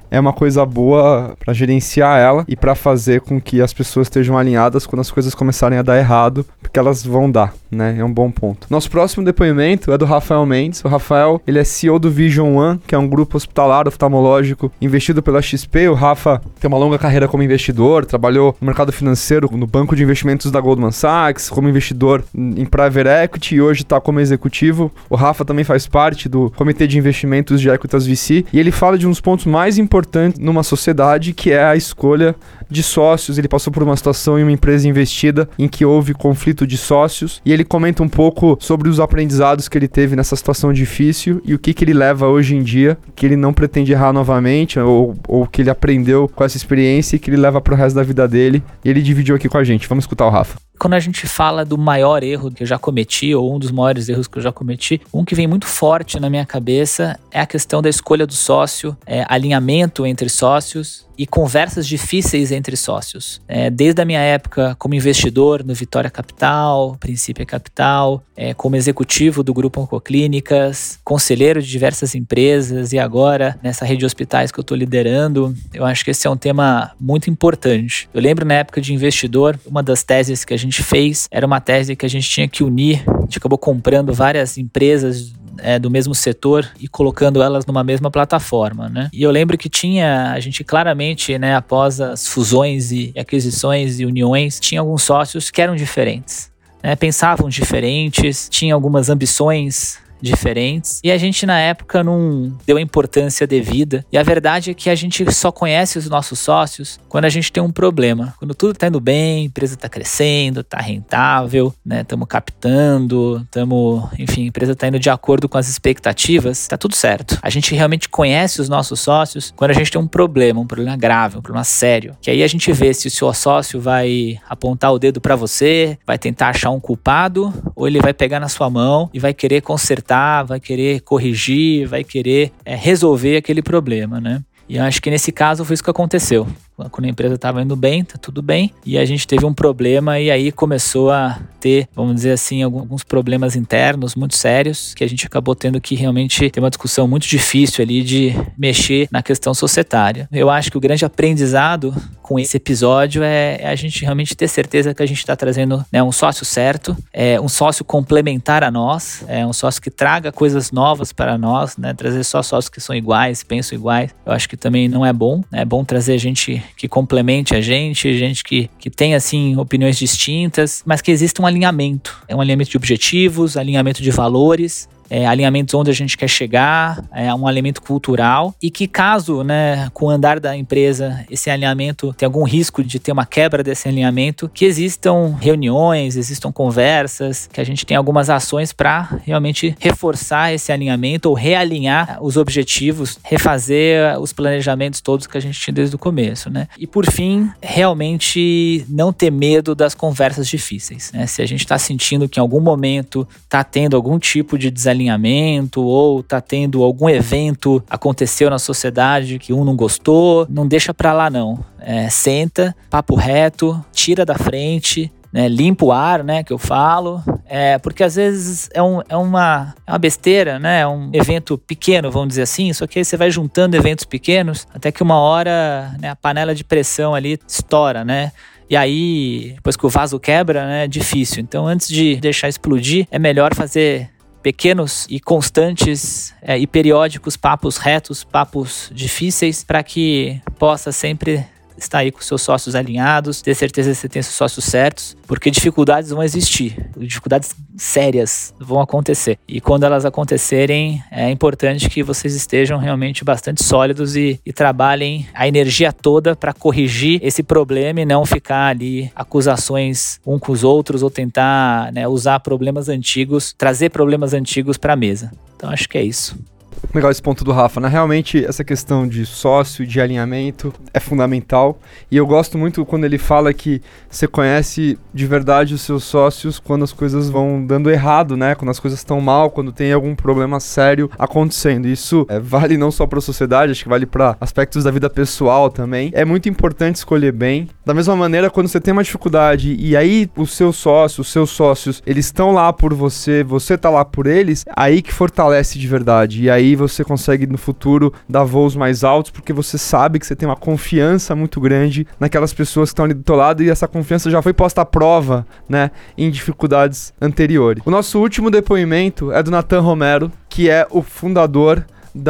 é uma coisa boa para gerenciar ela e para fazer com que as pessoas estejam alinhadas quando as coisas começarem a dar errado, porque elas vão dar, né? É um bom ponto. Nosso próximo depoimento é do Rafael Mendes. O Rafael, ele é C E O do Vision One, que é um grupo hospitalar oftalmológico investido pela X P. O Rafa tem uma longa carreira como investidor, trabalhou no mercado financeiro, no banco de investimentos da Goldman Sachs, como investidor em private equity e hoje está como executivo. O Rafa também faz parte do Comitê de Investimentos de Equitas V C e ele fala de um dos pontos mais importantes numa sociedade, que é a escolha de sócios. Ele passou por uma situação em uma empresa investida em que houve conflito de sócios e ele comenta um pouco sobre os aprendizados que ele teve nessa situação difícil e o que, que ele leva hoje em dia, que ele não pretende errar novamente ou, ou que ele aprendeu com essa experiência e que ele leva para o resto da vida dele, e ele dividiu aqui com a gente. Vamos escutar o Rafa. Quando a gente fala do maior erro que eu já cometi, ou um dos maiores erros que eu já cometi, um que vem muito forte na minha cabeça é a questão da escolha do sócio, é, alinhamento entre sócios e conversas difíceis entre sócios. É, desde a minha época como investidor no Vitória Capital, Princípio Capital, é, como executivo do Grupo Oncoclínicas, conselheiro de diversas empresas e agora nessa rede de hospitais que eu estou liderando, eu acho que esse é um tema muito importante. Eu lembro na época de investidor, uma das teses que a gente fez era uma tese que a gente tinha que unir, a gente acabou comprando várias empresas É, do mesmo setor e colocando elas numa mesma plataforma, né? E eu lembro que tinha, a gente claramente, né, após as fusões e aquisições e uniões, tinha alguns sócios que eram diferentes, né? Pensavam diferentes, tinham algumas ambições diferentes e a gente na época não deu a importância devida, e a verdade é que a gente só conhece os nossos sócios quando a gente tem um problema, quando tudo tá indo bem, a empresa tá crescendo, tá rentável, né, estamos captando, estamos, enfim, a empresa tá indo de acordo com as expectativas, tá tudo certo. A gente realmente conhece os nossos sócios quando a gente tem um problema, um problema grave, um problema sério, que aí a gente vê se o seu sócio vai apontar o dedo pra você, vai tentar achar um culpado, ou ele vai pegar na sua mão e vai querer consertar, vai querer corrigir, vai querer é, resolver aquele problema, né? E eu acho que nesse caso foi isso que aconteceu. Quando a empresa estava indo bem, tá tudo bem, e a gente teve um problema e aí começou a ter, vamos dizer assim, alguns problemas internos muito sérios, que a gente acabou tendo que realmente ter uma discussão muito difícil ali de mexer na questão societária. Eu acho que o grande aprendizado com esse episódio é a gente realmente ter certeza que a gente está trazendo, né, um sócio certo, é um sócio complementar a nós, é um sócio que traga coisas novas para nós, né? Trazer só sócios que são iguais, pensam iguais, eu acho que também não é bom, né? É bom trazer gente que complemente a gente, gente que, que tem, assim, opiniões distintas, mas que exista um alinhamento. É um alinhamento de objetivos, alinhamento de valores, É, alinhamentos onde a gente quer chegar, é um alinhamento cultural, e que caso, né, com o andar da empresa, esse alinhamento tenha algum risco de ter uma quebra desse alinhamento, que existam reuniões, existam conversas, que a gente tenha algumas ações para realmente reforçar esse alinhamento ou realinhar os objetivos, refazer os planejamentos todos que a gente tinha desde o começo, né? E por fim, realmente não ter medo das conversas difíceis, né? Se a gente está sentindo que em algum momento está tendo algum tipo de desalinhamento ou tá tendo algum evento, aconteceu na sociedade que um não gostou, não deixa pra lá não. É, senta, papo reto, tira da frente, né, limpa o ar, né, que eu falo, é, porque às vezes é, um, é, uma, é uma besteira, né, é um evento pequeno, vamos dizer assim, só que aí você vai juntando eventos pequenos, até que uma hora, né, a panela de pressão ali estoura, né. E aí, depois que o vaso quebra, né, é difícil. Então, antes de deixar explodir, é melhor fazer pequenos e constantes é, e periódicos papos retos, papos difíceis, para que possa sempre estar aí com seus sócios alinhados, ter certeza que você tem seus sócios certos, porque dificuldades vão existir, dificuldades sérias vão acontecer, e quando elas acontecerem é importante que vocês estejam realmente bastante sólidos e, e trabalhem a energia toda para corrigir esse problema e não ficar ali acusações um com os outros ou tentar, né, usar problemas antigos, trazer problemas antigos para a mesa. Então acho que é isso. Legal esse ponto do Rafa, né? Realmente essa questão de sócio, de alinhamento é fundamental, e eu gosto muito quando ele fala que você conhece de verdade os seus sócios quando as coisas vão dando errado, né? Quando as coisas estão mal, quando tem algum problema sério acontecendo. Isso é, vale não só para a sociedade, acho que vale para aspectos da vida pessoal também. É muito importante escolher bem. Da mesma maneira, quando você tem uma dificuldade e aí o seu sócio, os seus sócios, eles estão lá por você, você tá lá por eles, aí que fortalece de verdade. E aí aí você consegue no futuro dar voos mais altos, porque você sabe que você tem uma confiança muito grande naquelas pessoas que estão ali do teu lado, e essa confiança já foi posta à prova, né, em dificuldades anteriores. O nosso último depoimento é do Nathan Romero, que é o fundador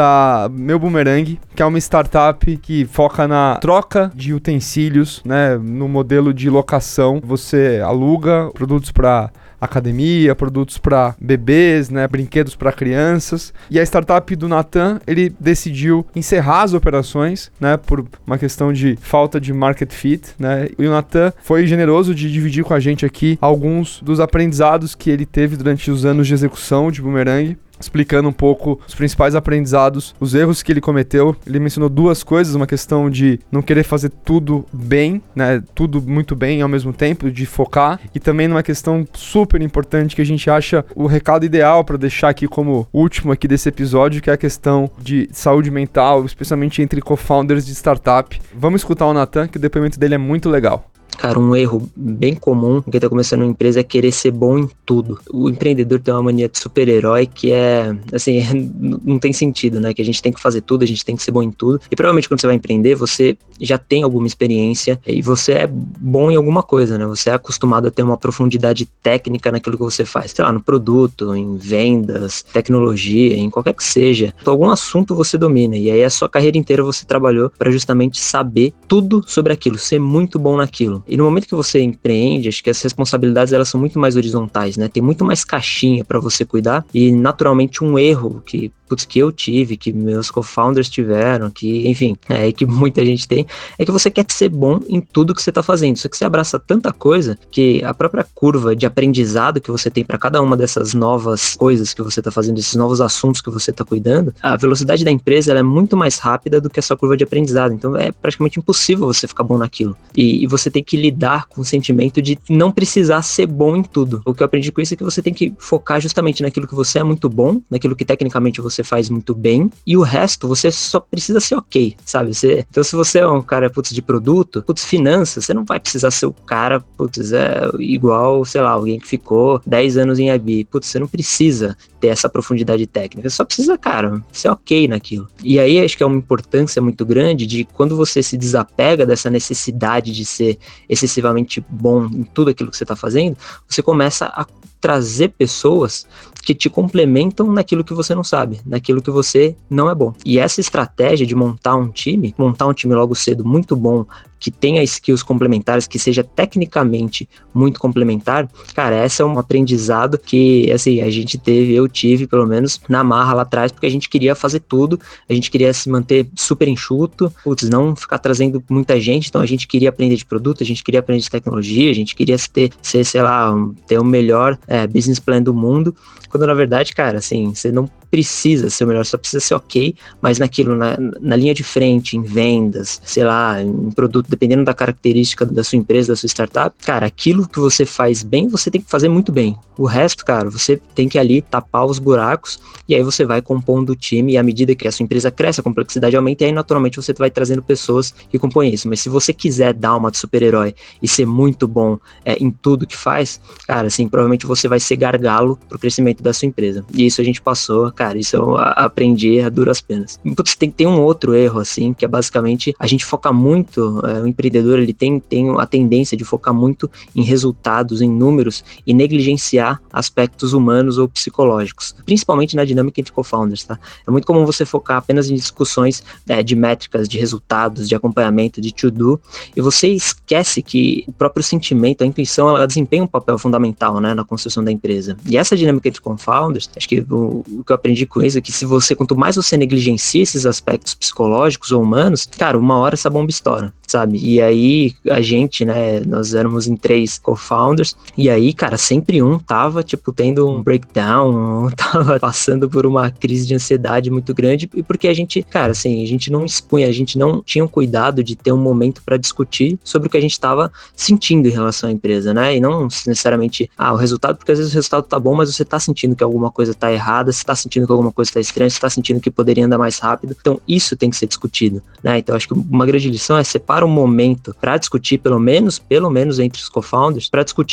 da Meu Boomerang, que é uma startup que foca na troca de utensílios, né, no modelo de locação. Você aluga produtos para academia, produtos para bebês, né, brinquedos para crianças. E a startup do Nathan, ele decidiu encerrar as operações, né, por uma questão de falta de market fit, né. E o Nathan foi generoso de dividir com a gente aqui alguns dos aprendizados que ele teve durante os anos de execução de Boomerang, explicando um pouco os principais aprendizados, os erros que ele cometeu. Ele mencionou duas coisas, uma questão de não querer fazer tudo bem, né, tudo muito bem ao mesmo tempo, de focar, e também numa questão super importante que a gente acha o recado ideal para deixar aqui como último aqui desse episódio, que é a questão de saúde mental, especialmente entre co-founders de startup. Vamos escutar o Nathan, que o depoimento dele é muito legal. Cara, um erro bem comum quem tá começando uma empresa é querer ser bom em tudo. O empreendedor tem uma mania de super-herói que é, assim, é, não tem sentido, né? Que a gente tem que fazer tudo, a gente tem que ser bom em tudo. E provavelmente quando você vai empreender, você já tem alguma experiência e você é bom em alguma coisa, né? Você é acostumado a ter uma profundidade técnica naquilo que você faz. Sei lá, no produto, em vendas, tecnologia, em qualquer que seja. Então, algum assunto você domina. E aí a sua carreira inteira você trabalhou para justamente saber tudo sobre aquilo, ser muito bom naquilo. E no momento que você empreende, acho que as responsabilidades elas são muito mais horizontais, né? Tem muito mais caixinha para você cuidar e naturalmente um erro que, putz, que eu tive, que meus co-founders tiveram, que, enfim, é, que muita gente tem, é que você quer ser bom em tudo que você tá fazendo. Só que você abraça tanta coisa que a própria curva de aprendizado que você tem para cada uma dessas novas coisas que você tá fazendo, esses novos assuntos que você tá cuidando, a velocidade da empresa ela é muito mais rápida do que a sua curva de aprendizado. Então é praticamente impossível você ficar bom naquilo. E, e você tem que lidar com o sentimento de não precisar ser bom em tudo. O que eu aprendi com isso é que você tem que focar justamente naquilo que você é muito bom, naquilo que tecnicamente você faz muito bem, e o resto você só precisa ser ok, sabe? Você, então se você é um cara, putz, de produto, putz, finanças, você não vai precisar ser o cara, putz, é igual, sei lá, alguém que ficou dez anos em I B. Putz, você não precisa ter essa profundidade técnica, você só precisa, cara, ser ok naquilo. E aí acho que é uma importância muito grande de quando você se desapega dessa necessidade de ser excessivamente bom em tudo aquilo que você está fazendo, você começa a trazer pessoas que te complementam naquilo que você não sabe, naquilo que você não é bom. E essa estratégia de montar um time, montar um time logo cedo muito bom, que tenha skills complementares, que seja tecnicamente muito complementar, cara, essa é um aprendizado que, assim, a gente teve, eu tive, pelo menos, na marra lá atrás, porque a gente queria fazer tudo, a gente queria se manter super enxuto, putz, não ficar trazendo muita gente, então a gente queria aprender de produto, a gente queria aprender de tecnologia, a gente queria ter, ser, sei lá, um, ter o melhor é, business plan do mundo, quando na verdade, cara, assim, você não precisa ser o melhor, só precisa ser ok, mas naquilo, na, na linha de frente, em vendas, sei lá, em produto, dependendo da característica da sua empresa, da sua startup, cara, aquilo que você faz bem, você tem que fazer muito bem. O resto, cara, você tem que ali tapar os buracos e aí você vai compondo o time, e à medida que a sua empresa cresce, a complexidade aumenta, e aí naturalmente você vai trazendo pessoas que compõem isso. Mas se você quiser dar uma de super-herói e ser muito bom é, em tudo que faz, cara, assim, provavelmente você vai ser gargalo pro crescimento da sua empresa. E isso a gente passou, cara, isso eu aprendi a duras penas. Putz, tem, tem um outro erro, assim, que é basicamente a gente foca muito, é, o empreendedor, ele tem, tem a tendência de focar muito em resultados, em números, e negligenciar aspectos humanos ou psicológicos, principalmente na dinâmica entre co-founders, tá? É muito comum você focar apenas em discussões é, de métricas, de resultados, de acompanhamento, de to-do, e você esquece que o próprio sentimento, a intuição, ela desempenha um papel fundamental, né, na construção da empresa. E essa dinâmica entre co-founders, acho que o, o que eu aprendi com isso é que se você, quanto mais você negligencia esses aspectos psicológicos ou humanos, cara, uma hora essa bomba estoura, sabe? E aí a gente, né, nós éramos em três co-founders, e aí, cara, sempre um tava, tipo, tendo um breakdown, tava passando por uma crise de ansiedade muito grande, e porque a gente, cara, assim, a gente não expunha, a gente não tinha um cuidado de ter um momento para discutir sobre o que a gente tava sentindo em relação à empresa, né? E não necessariamente, ah, o resultado, porque às vezes o resultado tá bom, mas você tá sentindo que alguma coisa tá errada, você tá sentindo que alguma coisa tá estranha, você tá sentindo que poderia andar mais rápido. Então, isso tem que ser discutido, né? Então, acho que uma grande lição é separar um momento para discutir, pelo menos, pelo menos entre os co-founders, para discutir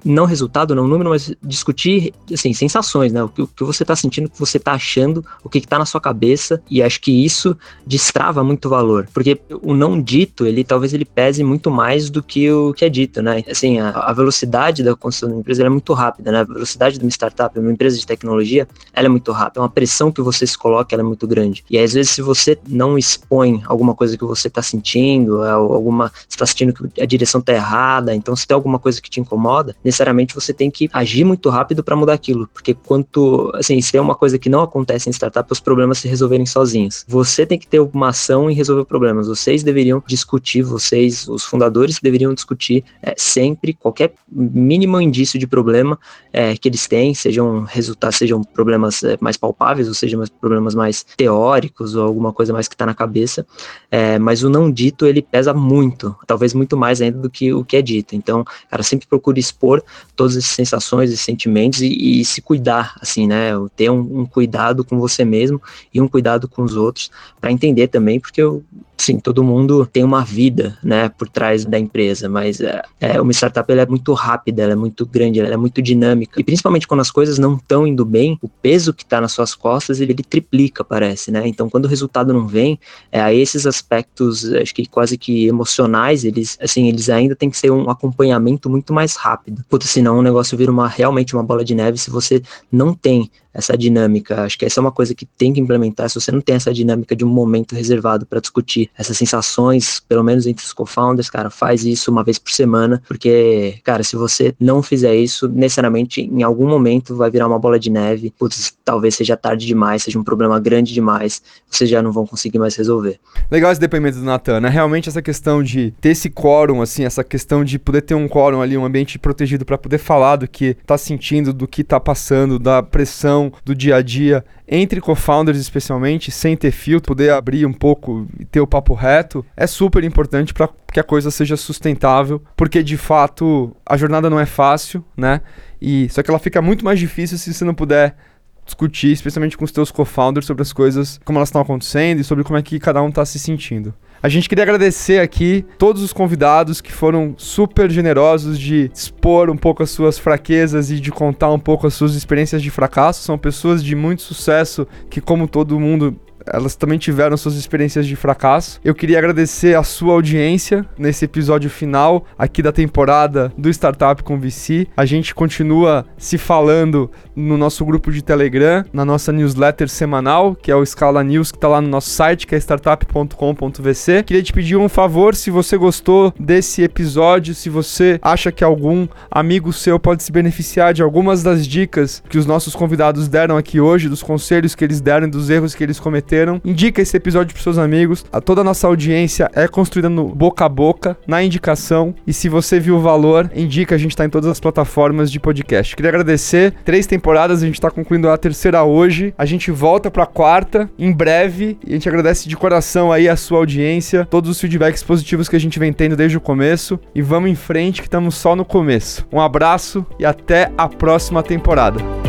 não resultado, não número, mas discutir, assim, sensações, né? O que, o que você tá sentindo, o que você tá achando, o que que tá na sua cabeça, e acho que isso destrava muito valor, porque o não dito, ele talvez ele pese muito mais do que o que é dito, né? Assim, a, a velocidade da construção de uma empresa ela é muito rápida, né? A velocidade de uma startup, uma empresa de tecnologia, ela é muito rápida, uma pressão que você se coloca, ela é muito grande. E às vezes, se você não expõe alguma coisa que você tá sentindo, alguma, você tá sentindo que a direção tá errada, então se tem alguma coisa que te incomoda, necessariamente você tem que agir muito rápido para mudar aquilo, porque quanto, assim, se é uma coisa que não acontece em startup, os problemas se resolverem sozinhos. Você tem que ter uma ação e resolver problemas. Vocês deveriam discutir, vocês, os fundadores, deveriam discutir é, sempre qualquer mínimo indício de problema é, que eles têm, sejam resultados, sejam problemas é, mais palpáveis, ou sejam problemas mais teóricos, ou alguma coisa mais que está na cabeça, é, mas o não dito, ele pesa muito, talvez muito mais ainda do que o que é dito. Então, cara, sempre procure expor todas essas sensações, esses sentimentos e, e se cuidar, assim, né, ter um, um cuidado com você mesmo e um cuidado com os outros, para entender também, porque eu sim, todo mundo tem uma vida, né, por trás da empresa, mas é, é, uma startup ela é muito rápida, ela é muito grande, ela é muito dinâmica, e principalmente quando as coisas não estão indo bem, o peso que está nas suas costas, ele, ele triplica, parece, né, então quando o resultado não vem, é, aí esses aspectos, acho que quase que emocionais, eles, assim, eles ainda tem que ser um acompanhamento muito mais rápido, porque senão o negócio vira uma, realmente uma bola de neve, se você não tem essa dinâmica. Acho que essa é uma coisa que tem que implementar. Se você não tem essa dinâmica de um momento reservado para discutir essas sensações, pelo menos entre os co-founders, cara, faz isso uma vez por semana, porque, cara, se você não fizer isso, necessariamente em algum momento vai virar uma bola de neve. Putz, talvez seja tarde demais, seja um problema grande demais, vocês já não vão conseguir mais resolver. Legal esse depoimento do Nathan, né? Realmente essa questão de ter esse quórum, assim, essa questão de poder ter um quórum ali, um ambiente protegido para poder falar do que tá sentindo, do que tá passando, da pressão do dia a dia, entre co-founders especialmente, sem ter filtro, poder abrir um pouco e ter o papo reto, é super importante para que a coisa seja sustentável, porque de fato a jornada não é fácil, né? E, só que ela fica muito mais difícil se você não puder discutir, especialmente com os teus co-founders, sobre as coisas, como elas estão acontecendo e sobre como é que cada um está se sentindo. A gente queria agradecer aqui todos os convidados que foram super generosos de expor um pouco as suas fraquezas e de contar um pouco as suas experiências de fracasso. São pessoas de muito sucesso que, como todo mundo, elas também tiveram suas experiências de fracasso. Eu queria agradecer a sua audiência nesse episódio final aqui da temporada do Startup com V C. A gente continua se falando no nosso grupo de Telegram, na nossa newsletter semanal, que é o Scala News, que está lá no nosso site, que é startup ponto com ponto v c. Queria te pedir um favor, se você gostou desse episódio, se você acha que algum amigo seu pode se beneficiar de algumas das dicas que os nossos convidados deram aqui hoje, dos conselhos que eles deram, dos erros que eles cometeram, indica esse episódio para seus amigos. A toda a nossa audiência é construída no boca a boca, na indicação, e se você viu o valor, indica, a gente tá em todas as plataformas de podcast. Queria agradecer, três temporadas, a gente tá concluindo a terceira hoje, a gente volta pra quarta em breve, e a gente agradece de coração aí a sua audiência, todos os feedbacks positivos que a gente vem tendo desde o começo, e vamos em frente que estamos só no começo. Um abraço e até a próxima temporada.